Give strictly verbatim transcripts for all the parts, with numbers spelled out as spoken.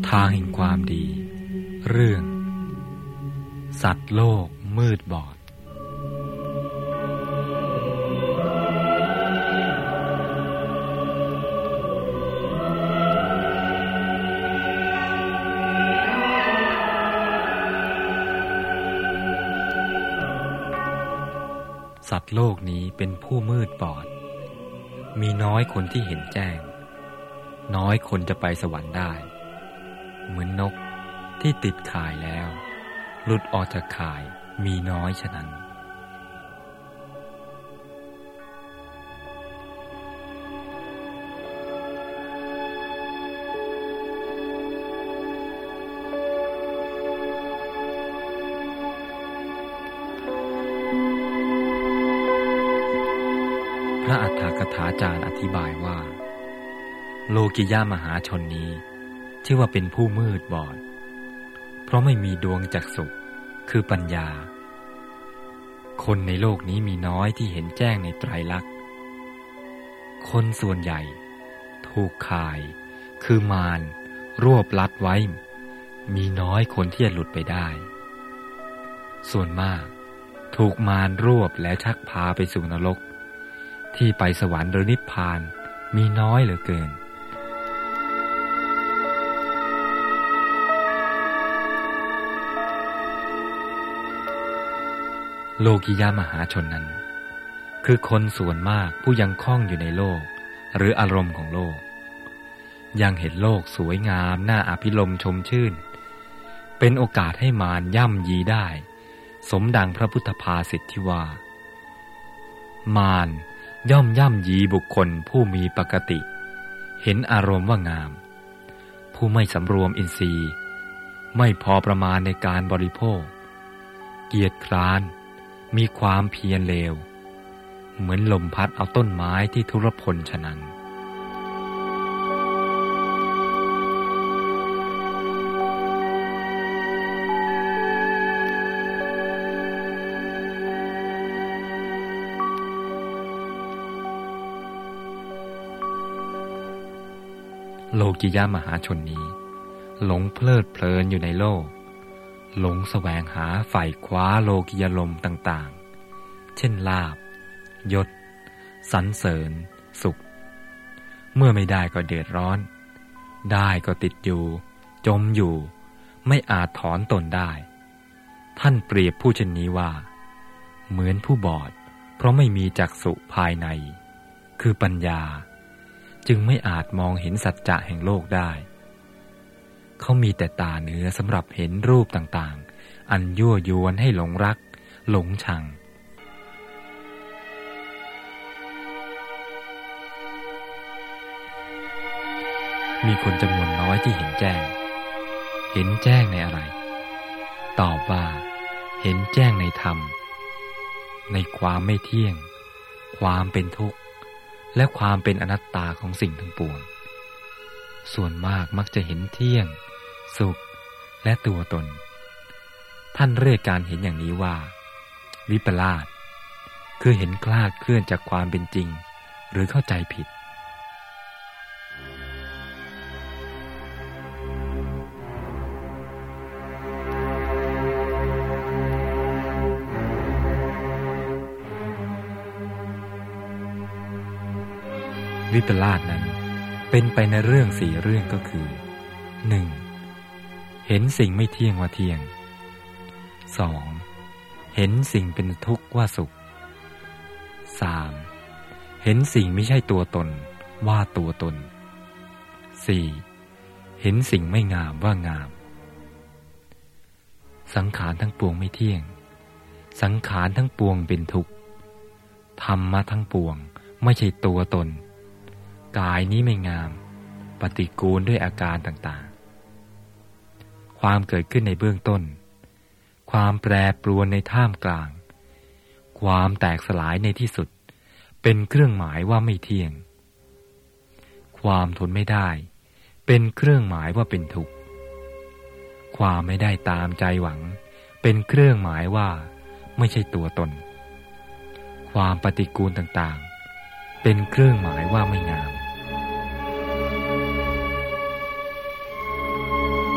ทางแห่งความดีเรื่องสัตว์โลกมืดบอดสัตว์โลกนี้เป็นผู้มืดบอดมีน้อยคนที่เห็นแจ้งน้อยคนจะไปสวรรค์ได้เหมือนนกที่ติดข่ายแล้วหลุดออกจากข่ายมีน้อยฉะนั้นพระอัฏฐกถาจารย์อธิบายว่าโลกิยมหาชนนี้ชื่อว่าเป็นผู้มืดบอดเพราะไม่มีดวงจักษุคือปัญญาคนในโลกนี้มีน้อยที่เห็นแจ้งในไตรลักษณ์คนส่วนใหญ่ถูกข่ายคือมารรวบลัดไว้มีน้อยคนที่จะหลุดไปได้ส่วนมากถูกมารรวบและชักพาไปสู่นรกที่ไปสวรรค์หรือนิพพานมีน้อยเหลือเกินโลกิยมหาชนนั้นคือคนส่วนมากผู้ยังคล่องอยู่ในโลกหรืออารมณ์ของโลกยังเห็นโลกสวยงามน่าอภิรมย์ชมชื่นเป็นโอกาสให้มารย่ำยีได้สมดังพระพุทธภาษิตที่ว่ามารย่อมย่ำยีบุคคลผู้มีปกติเห็นอารมณ์ว่างามผู้ไม่สำรวมอินทรีย์ไม่พอประมาณในการบริโภคเกียจคร้านมีความเพียรเลวเหมือนลมพัดเอาต้นไม้ที่ทุรพลฉะนั้นโลกิยมหาชนนี้หลงเพลิดเพลินอยู่ในโลกหลงแสวงหาไฝ่คว้าโลกิยลมต่างๆเช่นลาภยศสรรเสริญสุขเมื่อไม่ได้ก็เดือดร้อนได้ก็ติดอยู่จมอยู่ไม่อาจถอนตนได้ท่านเปรียบผู้เช่นนี้ว่าเหมือนผู้บอดเพราะไม่มีจักษุภายในคือปัญญาจึงไม่อาจมองเห็นสัจจะแห่งโลกได้เขามีแต่ตาเนื้อสำหรับเห็นรูปต่างๆอันยั่วยวนให้หลงรักหลงชังมีคนจำนวนน้อยที่เห็นแจ้งเห็นแจ้งในอะไรตอบว่าเห็นแจ้งในธรรมในความไม่เที่ยงความเป็นทุกข์และความเป็นอนัตตาของสิ่งทั้งปวงส่วนมากมักจะเห็นเที่ยงสุขและตัวตนท่านเรียกการเห็นอย่างนี้ว่าวิปลาสคือเห็นคลาดเคลื่อนจากความเป็นจริงหรือเข้าใจผิดวิปลาสนั้นเป็นไปในเรื่องสี่เรื่องก็คือ หนึ่ง. เห็นสิ่งไม่เที่ยงว่าเที่ยง สอง. เห็นสิ่งเป็นทุกข์ว่าสุข สาม. เห็นสิ่งไม่ใช่ตัวตนว่าตัวตน สี่. เห็นสิ่งไม่งามว่างามสังขารทั้งปวงไม่เที่ยงสังขารทั้งปวงเป็นทุกข์ธรรมะทั้งปวงไม่ใช่ตัวตนกายนี้ไม่งามปฏิกูลด้วยอาการต่างๆความเกิดขึ้นในเบื้องต้นความแปรปรวนในท่ามกลางความแตกสลายในที่สุดเป็นเครื่องหมายว่าไม่เที่ยงความทนไม่ได้เป็นเครื่องหมายว่าเป็นทุกข์ความไม่ได้ตามใจหวังเป็นเครื่องหมายว่าไม่ใช่ตัวตนความปฏิกูลต่างๆเป็นเครื่องหมายว่าไม่งาม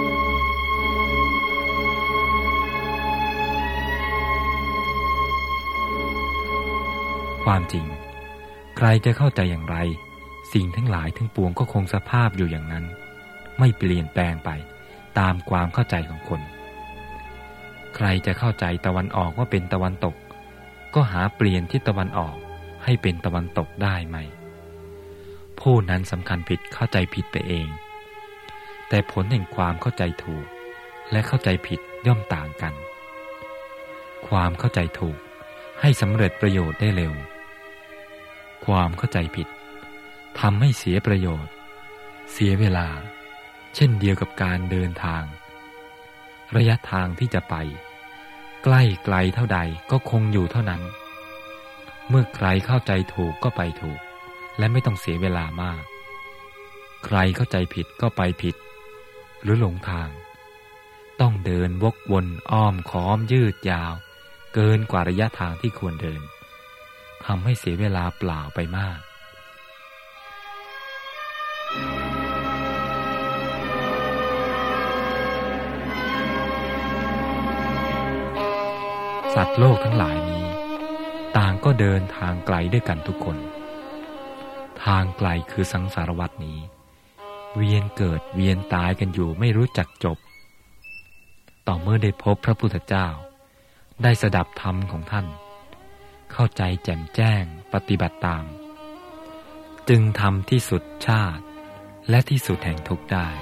ความจริงใครจะเข้าใจอย่างไรสิ่งทั้งหลายทั้งปวงก็คงสภาพอยู่อย่างนั้นไม่เปลี่ยนแปลงไปตามความเข้าใจของคนใครจะเข้าใจตะวันออกว่าเป็นตะวันตกก็หาเปลี่ยนทิศตะวันออกให้เป็นตะวันตกได้ไหมผู้นั้นสำคัญผิดเข้าใจผิดไปเองแต่ผลแห่งความเข้าใจถูกและเข้าใจผิดย่อมต่างกันความเข้าใจถูกให้สำเร็จประโยชน์ได้เร็วความเข้าใจผิดทำให้เสียประโยชน์เสียเวลาเช่นเดียวกับการเดินทางระยะทางที่จะไปใกล้ไกลเท่าใดก็คงอยู่เท่านั้นเมื่อใครเข้าใจถูกก็ไปถูกและไม่ต้องเสียเวลามากใครเข้าใจผิดก็ไปผิดหรือหลงทางต้องเดินวกวนอ้อมค้อมยืดยาวเกินกว่าระยะทางที่ควรเดินทำให้เสียเวลาเปล่าไปมากสัตว์โลกทั้งหลายนี้ต่างก็เดินทางไกลด้วยกันทุกคนทางไกลคือสังสารวัฏนี้เวียนเกิดเวียนตายกันอยู่ไม่รู้จักจบต่อเมื่อได้พบพระพุทธเจ้าได้สดับธรรมของท่านเข้าใจแจ่มแจ้งปฏิบัติตามจึงทำที่สุดชาติและที่สุดแห่งทุกข์ได้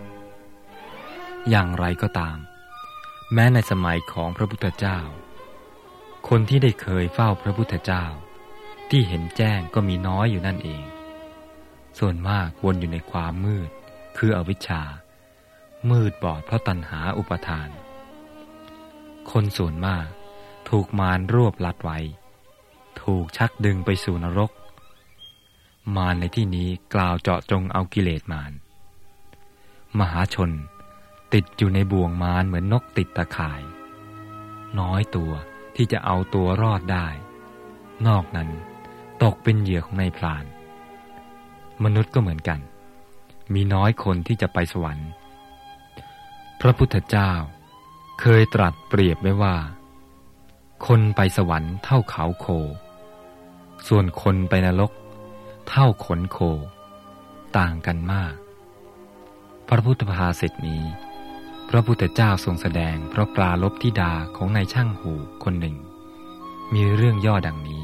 อย่างไรก็ตามแม้ในสมัยของพระพุทธเจ้าคนที่ได้เคยเฝ้าพระพุทธเจ้าที่เห็นแจ้งก็มีน้อยอยู่นั่นเองส่วนมากวนอยู่ในความมืดคืออวิชชามืดบอดเพราะตัณหาอุปทานคนส่วนมากถูกมารรวบลัดไว้ถูกชักดึงไปสู่นรกมารในที่นี้กล่าวเจาะจงเอากิเลสมารมหาชนติดอยู่ในบ่วงมารเหมือนนกติดตะข่ายน้อยตัวที่จะเอาตัวรอดได้นอกนั้นตกเป็นเหยื่อของนายพรานมนุษย์ก็เหมือนกันมีน้อยคนที่จะไปสวรรค์พระพุทธเจ้าเคยตรัสเปรียบไว้ว่าคนไปสวรรค์เท่าเขาโคส่วนคนไปนรกเท่าขนโคต่างกันมากพระพุทธภาษิตนี้พระพุทธเจ้าทรงแสดงเพราะปรารภธิดาของนายช่างหูคนหนึ่งมีเรื่องย่อดังนี้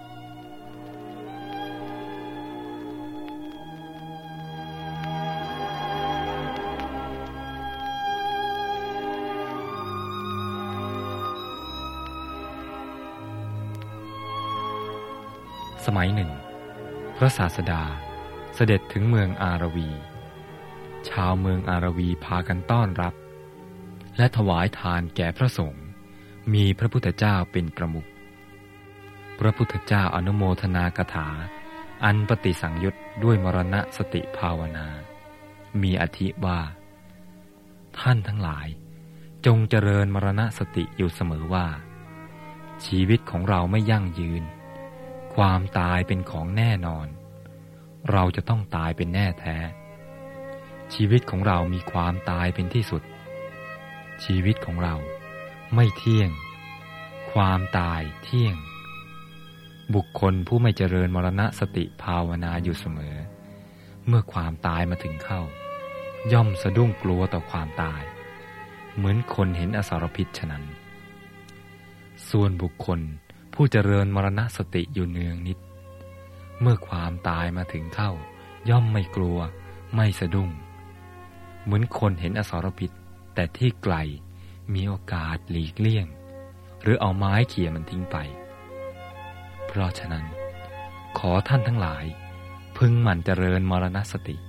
สมัยหนึ่งพระศาสดาเสด็จถึงเมืองอารวีชาวเมืองอารวีพากันต้อนรับและถวายทานแก่พระสงฆ์มีพระพุทธเจ้าเป็นประมุขพระพุทธเจ้าอนุโมทนากถาอันปฏิสังยุตด้วยมรณสติภาวนามีอธิว่าท่านทั้งหลายจงเจริญมรณสติอยู่เสมอว่าชีวิตของเราไม่ยั่งยืนความตายเป็นของแน่นอนเราจะต้องตายเป็นแน่แท้ชีวิตของเรามีความตายเป็นที่สุดชีวิตของเราไม่เที่ยงความตายเที่ยงบุคคลผู้ไม่เจริญมรณสติภาวนาอยู่เสมอเมื่อความตายมาถึงเข้าย่อมสะดุ้งกลัวต่อความตายเหมือนคนเห็นอสรพิษฉะนั้นส่วนบุคคลผู้เจริญมรณสติอยู่เนืองนิดเมื่อความตายมาถึงเข้าย่อมไม่กลัวไม่สะดุ้งเหมือนคนเห็นอสรพิษแต่ที่ไกลมีโอกาสหลีกเลี่ยงหรือเอาไม้เขี่ยมันทิ้งไปเพราะฉะนั้นขอท่านทั้งหลายพึงหมั่นเจริญมรณสติ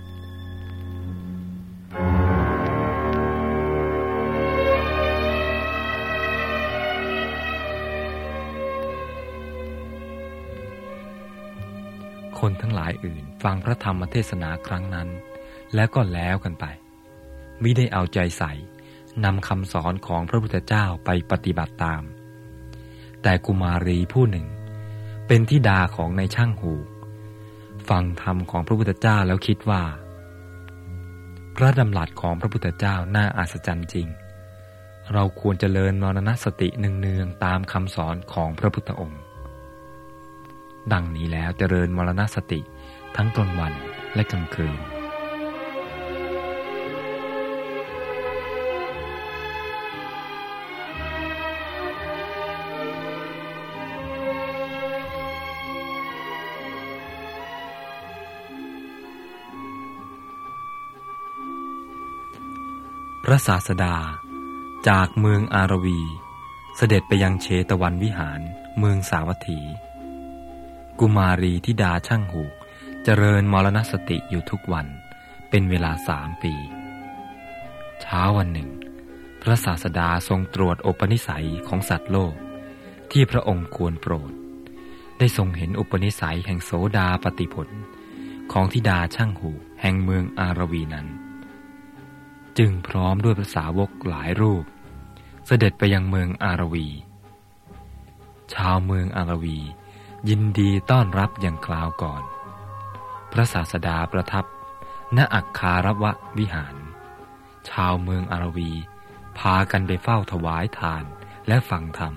คนทั้งหลายอื่นฟังพระธรรมเทศนาครั้งนั้นแล้วก็แล้วกันไปมิได้เอาใจใส่นำคำสอนของพระพุทธเจ้าไปปฏิบัติตามแต่กุมารีผู้หนึ่งเป็นธิดาของนายช่างหูฟังธรรมของพระพุทธเจ้าแล้วคิดว่าพระดำรัสของพระพุทธเจ้าน่าอัศจรรย์จริงเราควรเจริญมรณสติเนืองๆตามคำสอนของพระพุทธองค์ดังนี้แล้วเจริญมรณสติทั้งกลางวันและกลางคืนพระศาสดาจากเมืองอารวีเสด็จไปยังเชตวันวิหารเมืองสาวัตถีกุมารีธิดาช่างหูกเจริญมรณสติอยู่ทุกวันเป็นเวลาสามปีเช้าวันหนึ่งพระศาสดาทรงตรวจอุปนิสัยของสัตว์โลกที่พระองค์ควรโปรดได้ทรงเห็นอุปนิสัยแห่งโสดาปฏิผลของธิดาช่างหูกแห่งเมืองอารวีนั้นจึงพร้อมด้วยพระสาวกหลายรูปเสด็จไปยังเมืองอารวีชาวเมืองอารวียินดีต้อนรับอย่างคราวก่อนพระศาสดาประทับณอัคคารววิหารชาวเมืองอารวีพากันไปเฝ้าถวายทานและฟังธรรม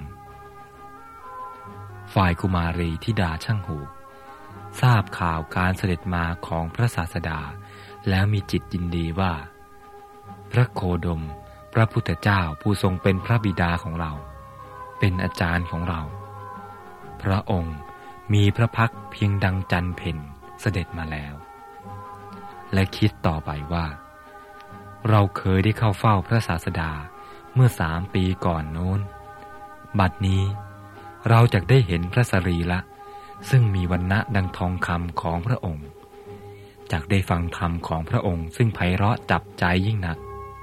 ฝ่ายกุมารีธิดาช่างหูกทราบข่าวการเสด็จมาของพระศาสดาแล้วมีจิตยินดีว่าพระโคดมพระพุทธเจ้าผู้ทรงเป็นพระบิดาของเราเป็นอาจารย์ของเราพระองค์มีพระพักตร์เพียงดังจันทร์เพ็ญเสด็จมาแล้วและคิดต่อไปว่าเราเคยได้เข้าเฝ้าพระศาสดาเมื่อสามปีก่อนโน้นบัดนี้เราจะได้เห็นพระสรีระซึ่งมีวรรณะดังทองคำของพระองค์จักได้ฟังธรรมของพระองค์ซึ่งไพเราะจับใจยิ่งนัก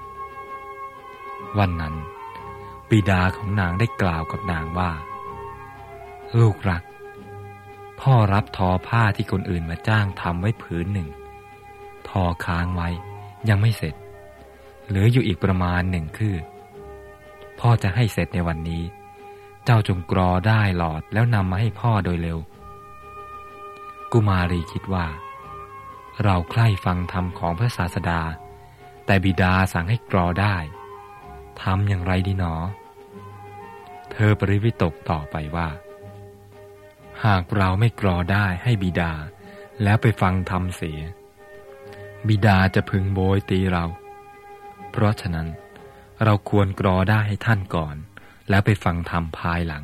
วันนั้นบิดาของนางได้กล่าวกับนางว่าลูกรักพ่อรับทอผ้าที่คนอื่นมาจ้างทำไว้ผืนหนึ่งทอค้างไว้ยังไม่เสร็จเหลืออยู่อีกประมาณหนึ่งคืบพ่อจะให้เสร็จในวันนี้เจ้าจงกรอได้หลอดแล้วนำมาให้พ่อโดยเร็วกุมารีคิดว่าเราใคร่ฟังธรรมของพระศาสดาแต่บิดาสั่งให้กรอได้ทำอย่างไรดีหนอเธอปริวิตกต่อไปว่าหากเราไม่กรอได้ให้บิดาแล้วไปฟังธรรมเสียบิดาจะพึงโบยตีเราเพราะฉะนั้นเราควรกรอได้ให้ท่านก่อนแล้วไปฟังธรรมภายหลัง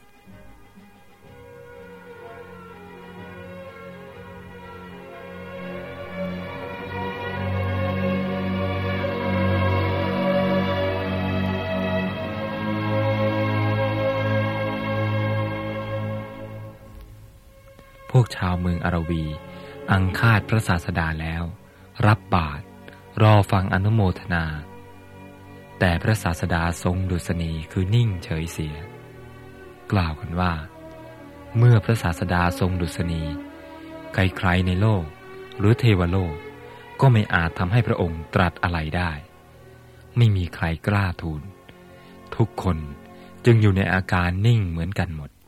พวกชาวเมืองอารวีอังคาดพระศาสดาแล้วรับบาตรรอฟังอนุโมทนาแต่พระศาสดาทรงดุษณีคือนิ่งเฉยเสียกล่าวกันว่าเมื่อพระศาสดาทรงดุษณีใครๆในโลกหรือเทวโลกก็ไม่อาจทำให้พระองค์ตรัสอะไรได้ไม่มีใครกล้าทูลทุกคนจึงอยู่ในอาการนิ่งเหมือนกันหมด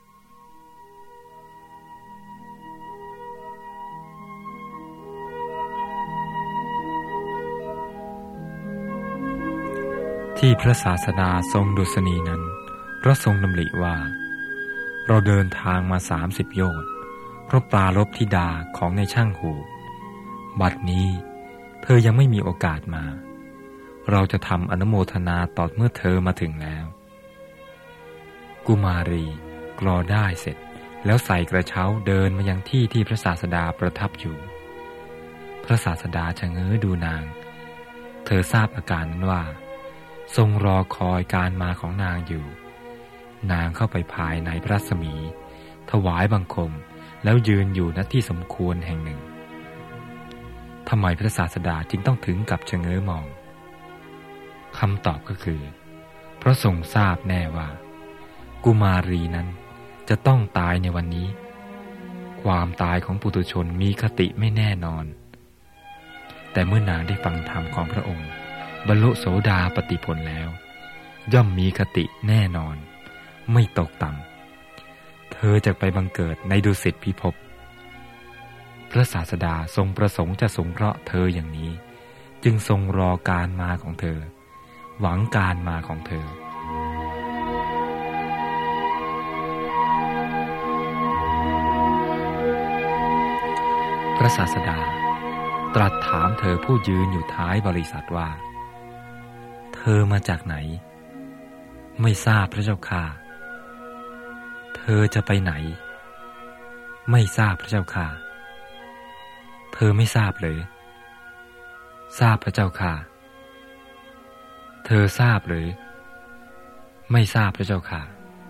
ที่พระศาสดาทรงดุษณีนั้นเพราะทรงดำริว่าเราเดินทางมาสามสิบโยชน์เพราะปรารภธิดาของในช่างหูบัดนี้เธอยังไม่มีโอกาสมาเราจะทำอนุโมทนาต่อเมื่อเธอมาถึงแล้วกุมารีกรอได้เสร็จแล้วใส่กระเช้าเดินมายังที่ที่พระศาสดาประทับอยู่พระศาสดาชะเง้อดูนางเธอทราบอาการนั้นว่าทรงรอคอยการมาของนางอยู่นางเข้าไปภายในพระรัศมีถวายบังคมแล้วยืนอยู่ณที่สมควรแห่งหนึ่งทำไมพระศาสดาจึงต้องถึงกับชะเง้อมองคำตอบก็คือเพราะทรงทราบแน่ว่ากุมารีนั้นจะต้องตายในวันนี้ความตายของปุถุชนมีคติไม่แน่นอนแต่เมื่อนางได้ฟังธรรมของพระองค์บรรลุโสดาปัตติผลแล้วย่อมมีคติแน่นอนไม่ตกต่ำเธอจะไปบังเกิดในดุสิตพิภพพระศาสดาทรงประสงค์จะสงเคราะห์เธออย่างนี้จึงทรงรอการมาของเธอหวังการมาของเธอพระศาสดาตรัสถามเธอผู้ยืนอยู่ท้ายบริษัทว่าเธอมาจากไหนไม่ทราบพระเจ้าค่ะเธอจะไปไหนไม่ทราบพระเจ้าค่ะเธอไม่ทราบหรือทราบพระเจ้าค่ะเธอทราบหรือไม่ทราบพระเจ้าค่ะ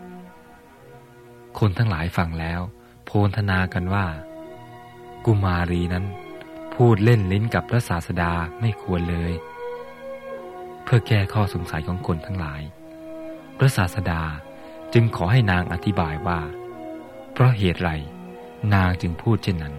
คนทั้งหลายฟังแล้วโพลธนากันว่ากุมารีนั้นพูดเล่นลิ้นกับพระศาสดาไม่ควรเลยเพื่อแก้ข้อสงสัยของคนทั้งหลายพระศาสดาจึงขอให้นางอธิบายว่าเพราะเหตุไรนางจึงพูดเช่นนั้น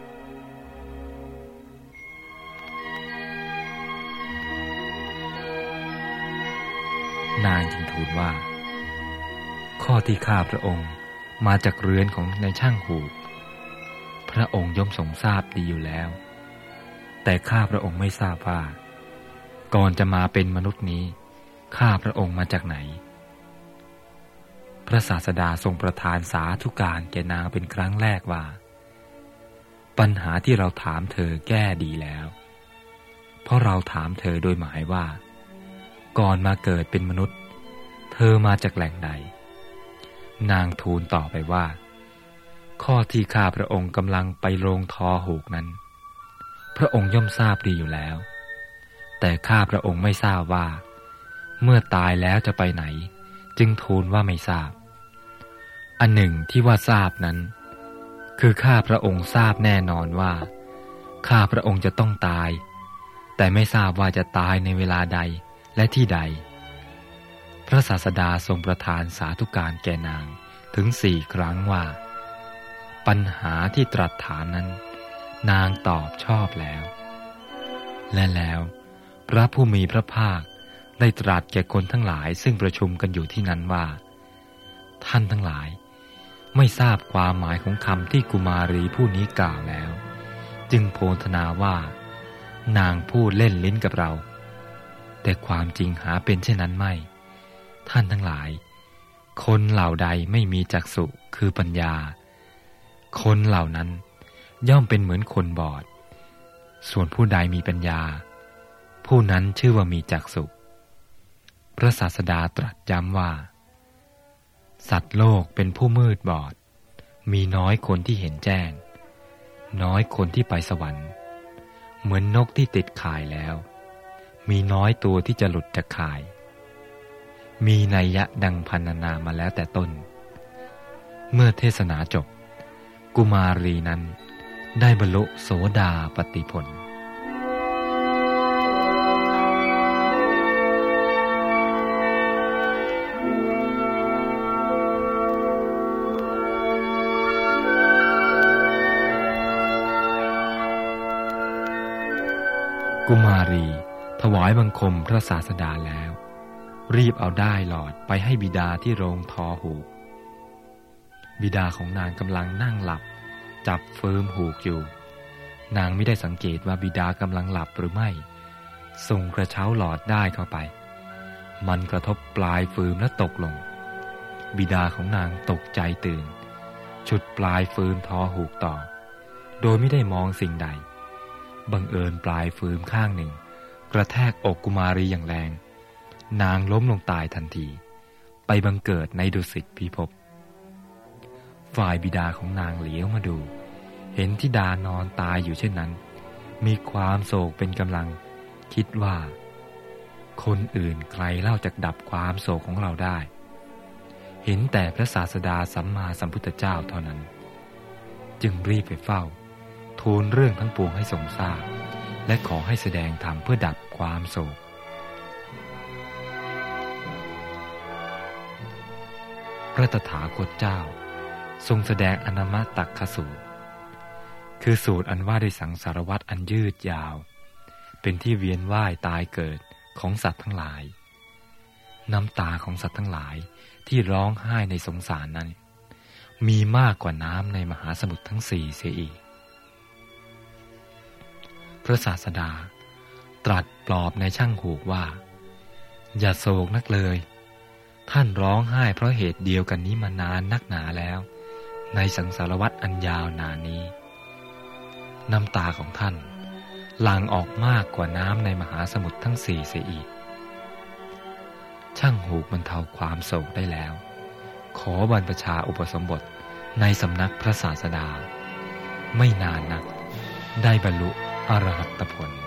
นางจึงทูลว่าข้อที่ข้าพระองค์มาจากเรือนของนายช่างหูกพระองค์ย่อมทรงทราบดีอยู่แล้วแต่ข้าพระองค์ไม่ทราบว่าก่อนจะมาเป็นมนุษย์นี้ข้าพระองค์มาจากไหนพระศาสดาทรงประทานสาธุการแก่นางเป็นครั้งแรกว่าปัญหาที่เราถามเธอแก้ดีแล้วเพราะเราถามเธอโดยหมายว่าก่อนมาเกิดเป็นมนุษย์เธอมาจากแหล่งใดนางทูลต่อไปว่าข้อที่ข้าพระองค์กำลังไปโรงทอหูกนั้นพระองค์ย่อมทราบดีอยู่แล้วแต่ข้าพระองค์ไม่ทราบว่าเมื่อตายแล้วจะไปไหนจึงทูลว่าไม่ทราบอันหนึ่งที่ว่าทราบนั้นคือข้าพระองค์ทราบแน่นอนว่าข้าพระองค์จะต้องตายแต่ไม่ทราบว่าจะตายในเวลาใดและที่ใดพระศาสดาทรงประทานสาธุการแก่นางถึงสี่ครั้งว่าปัญหาที่ตรัสถามนั้นนางตอบชอบแล้วและแล้วพระผู้มีพระภาคได้ตรัสแก่คนทั้งหลายซึ่งประชุมกันอยู่ที่นั้นว่าท่านทั้งหลายไม่ทราบความหมายของคำที่กุมารีผู้นี้กล่าวแล้วจึงโพลธนาว่านางพูดเล่นลิ้นกับเราแต่ความจริงหาเป็นเช่นนั้นไม่ท่านทั้งหลายคนเหล่าใดไม่มีจักษุคือปัญญาคนเหล่านั้นย่อมเป็นเหมือนคนบอดส่วนผู้ใดมีปัญญาผู้นั้นชื่อว่ามีจักษุพระศาสดาตรัสย้ำว่าสัตว์โลกเป็นผู้มืดบอดมีน้อยคนที่เห็นแจ้งน้อยคนที่ไปสวรรค์เหมือนนกที่ติดข่ายแล้วมีน้อยตัวที่จะหลุดจากข่ายมีนัยยะดังพรรณนามาแล้วแต่ต้นเมื่อเทศนาจบกุมารีนั้นได้บรรลุโสดาปัตติผลกุมารีถวายบังคมพระศาสดาแล้วรีบเอาด้ายหลอดไปให้บิดาที่โรงทอหูกบิดาของนางกำลังนั่งหลับจับเฟิร์มหูกอยู่นางไม่ได้สังเกตว่าบิดากำลังหลับหรือไม่ส่งกระเช้าหลอดด้ายเข้าไปมันกระทบปลายเฟิร์มและตกลงบิดาของนางตกใจตื่นฉุดปลายเฟิร์มทอหูกต่อโดยไม่ได้มองสิ่งใดบังเอิญปลายเฟิร์มข้างหนึ่งกระแทกอกกุมารีอย่างแรงนางล้มลงตายทันทีไปบังเกิดในดุสิตพิภพฝ่ายบิดาของนางเหลียวมาดูเห็นธิดานอนตายอยู่เช่นนั้นมีความโศกเป็นกำลังคิดว่าคนอื่นใครเล่าจะดับความโศกของเราได้เห็นแต่พระศาสดาสัมมาสัมพุทธเจ้าเท่านั้นจึงรีบไปเฝ้าทูลเรื่องทั้งปวงให้ทรงทราบและขอให้แสดงธรรมเพื่อดับความโศกพระตถาคตเจ้าทรงแสดงอนามตักขสูตรคือสูตรอันว่าด้วยสังสารวัฏอันยืดยาวเป็นที่เวียนว่ายตายเกิดของสัตว์ทั้งหลายน้ำตาของสัตว์ทั้งหลายที่ร้องไห้ในสงสารนั้นมีมากกว่าน้ำในมหาสมุทรทั้งสี่เสียอีกพระศาสดาตรัสปลอบในช่างหูกว่าอย่าโศกนักเลยท่านร้องไห้เพราะเหตุเดียวกันนี้มานานนักหนาแล้วในสังสารวัฏอันยาวนานนี้น้ำตาของท่านหลั่งออกมากกว่าน้ำในมหาสมุทรทั้งสี่เสียอีกช่างหูกบรรเทาความโศกได้แล้วขอบรรพชาอุปสมบทในสำนักพระศาสดาไม่นานนักได้บรรลุอรหัตผล